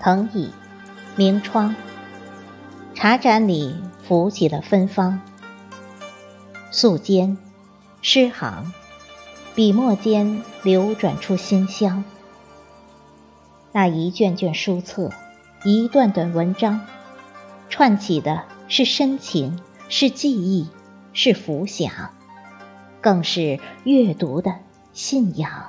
藤椅，明窗，茶盏里浮起了芬芳。素笺，诗行，笔墨间流转出馨香。那一卷卷书册，一段段文章，串起的是深情，是记忆，是浮想，更是阅读的信仰。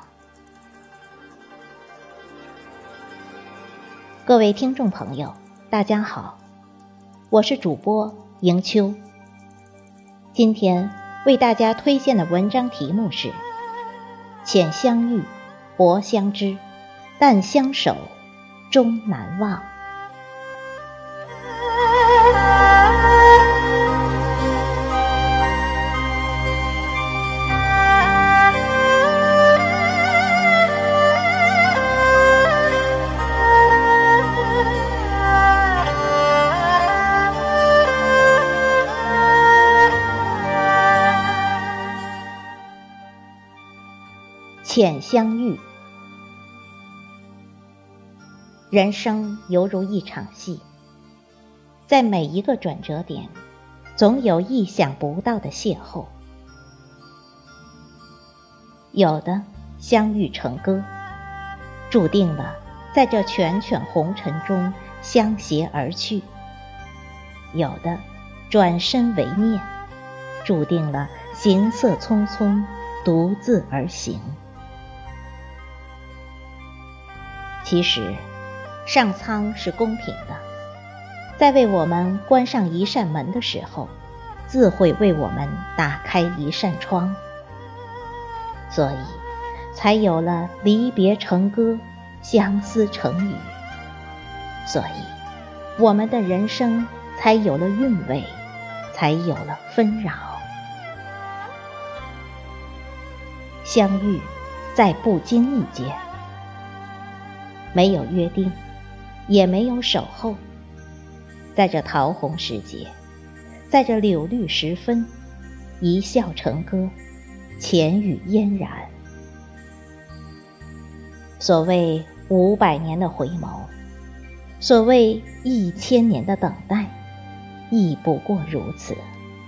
各位听众朋友，大家好，我是主播迎秋。今天为大家推荐的文章题目是浅相遇，薄相知，淡相守，终难忘。浅相遇。人生犹如一场戏，在每一个转折点，总有意想不到的邂逅。有的相遇成歌，注定了在这卷卷红尘中相携而去；有的转身为念，注定了行色匆匆，独自而行。其实上苍是公平的，在为我们关上一扇门的时候，自会为我们打开一扇窗，所以才有了离别成歌，相思成雨，所以我们的人生才有了韵味，才有了纷扰。相遇在不经意间，没有约定，也没有守候，在这桃红时节，在这柳绿时分，一笑成歌，浅语嫣然。所谓500年的回眸，所谓1000年的等待，亦不过如此。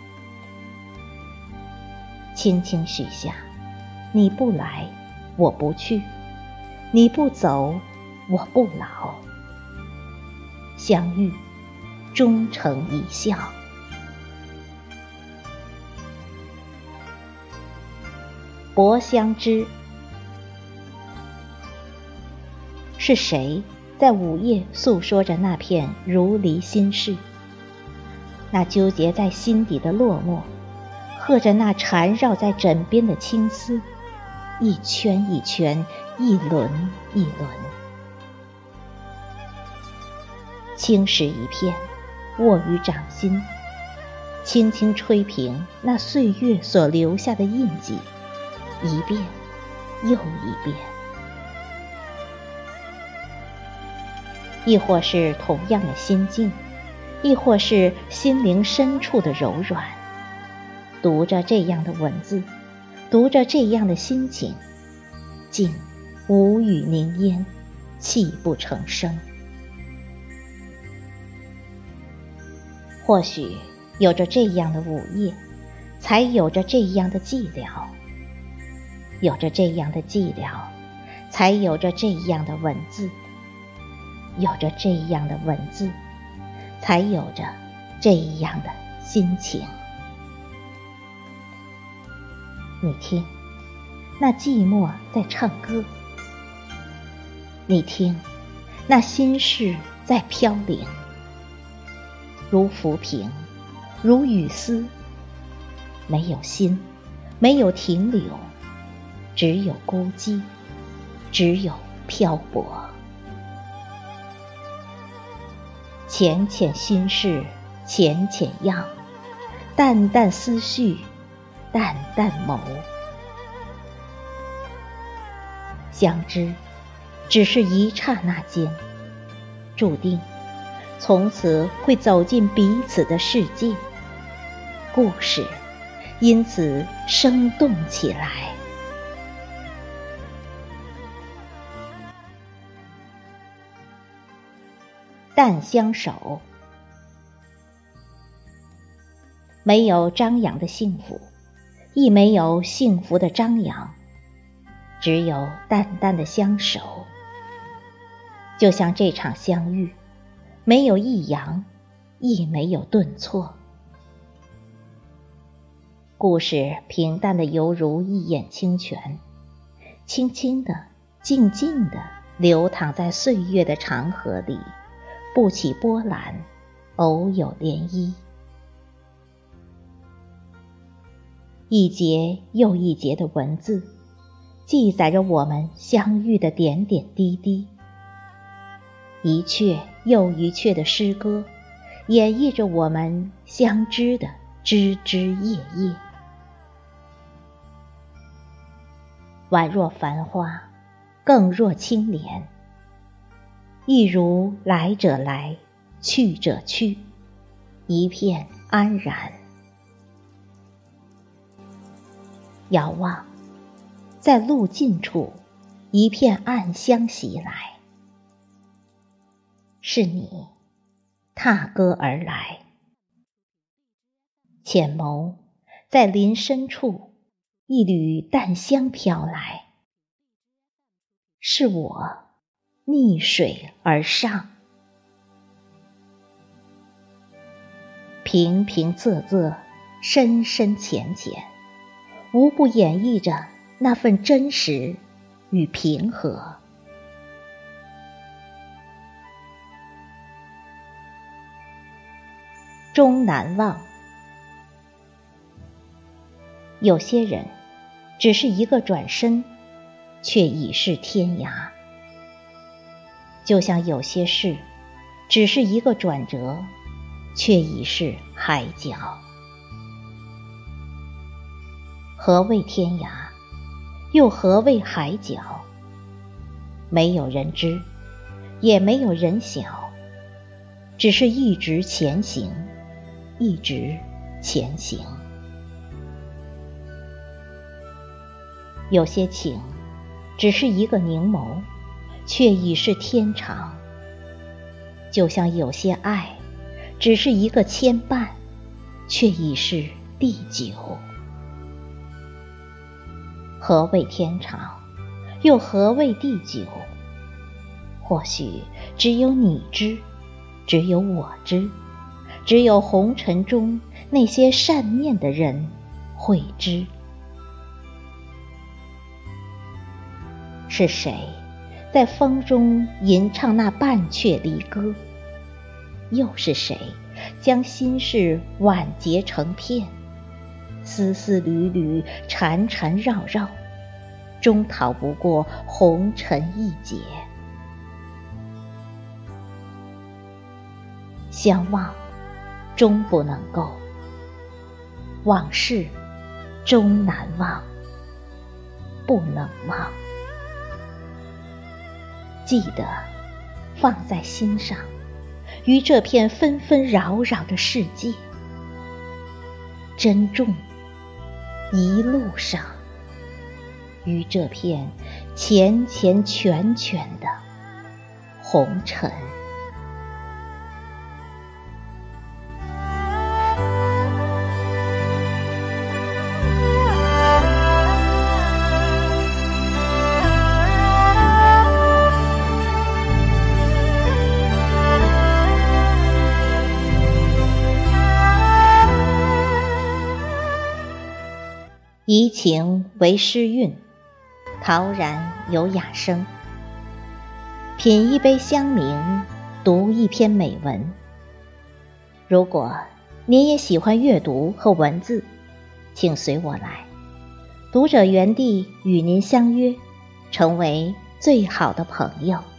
轻轻许下，你不来，我不去；你不走，我不老。相遇，终成一笑。薄相知。是谁在午夜诉说着那片如离心事？那纠结在心底的落寞，和着那缠绕在枕边的青丝，一圈一圈，一轮一轮。青石一片，握于掌心，轻轻吹平那岁月所留下的印记，一遍又一遍。亦或是同样的心境，亦或是心灵深处的柔软，读着这样的文字，读着这样的心情，竟无语凝噎，泣不成声。或许有着这样的午夜，才有着这样的寂寥；有着这样的寂寥，才有着这样的文字；有着这样的文字，才有着这样的心情。你听，那寂寞在唱歌；你听，那心事在飘零。如浮萍，如雨丝，没有心，没有停留，只有孤寂，只有漂泊。浅浅心事，浅浅样，淡淡思绪，淡淡眸。相知只是一刹那间，注定从此会走进彼此的世界，故事因此生动起来。 淡相守。没有张扬的幸福，亦没有幸福的张扬，只有淡淡的相守。就像这场相遇，没有抑扬，亦没有顿挫。故事平淡的犹如一眼清泉，轻轻的，静静的流淌在岁月的长河里，不起波澜，偶有涟漪。一节又一节的文字，记载着我们相遇的点点滴滴。一阙又一阙的诗歌，演绎着我们相知的枝枝叶叶。宛若繁花，更若青莲，一如来者来，去者去，一片安然。遥望，在路尽处，一片暗香袭来，是你踏歌而来。浅眸，在林深处，一缕淡香飘来，是我逆水而上。平平仄仄，深深浅浅，无不演绎着那份真实与平和。终难忘。有些人只是一个转身，却已是天涯。就像有些事只是一个转折，却已是海角。何谓天涯，又何谓海角？没有人知，也没有人晓，只是一直前行，一直前行。有些情只是一个凝眸，却已是天长。就像有些爱只是一个牵绊，却已是地久。何谓天长，又何谓地久？或许只有你知，只有我知，只有红尘中那些善念的人会知。是谁在风中吟唱那半阙离歌？又是谁将心事婉结成片，丝丝缕缕，缠缠绕绕，终逃不过红尘一劫。相忘终不能够，往事终难忘，不能忘。记得放在心上，于这片纷纷扰扰的世界，珍重一路上，于这片缱缱绻绻的红尘。怡情为诗韵，陶然有雅声。品一杯香茗，读一篇美文。如果您也喜欢阅读和文字，请随我来，读者园地与您相约，成为最好的朋友。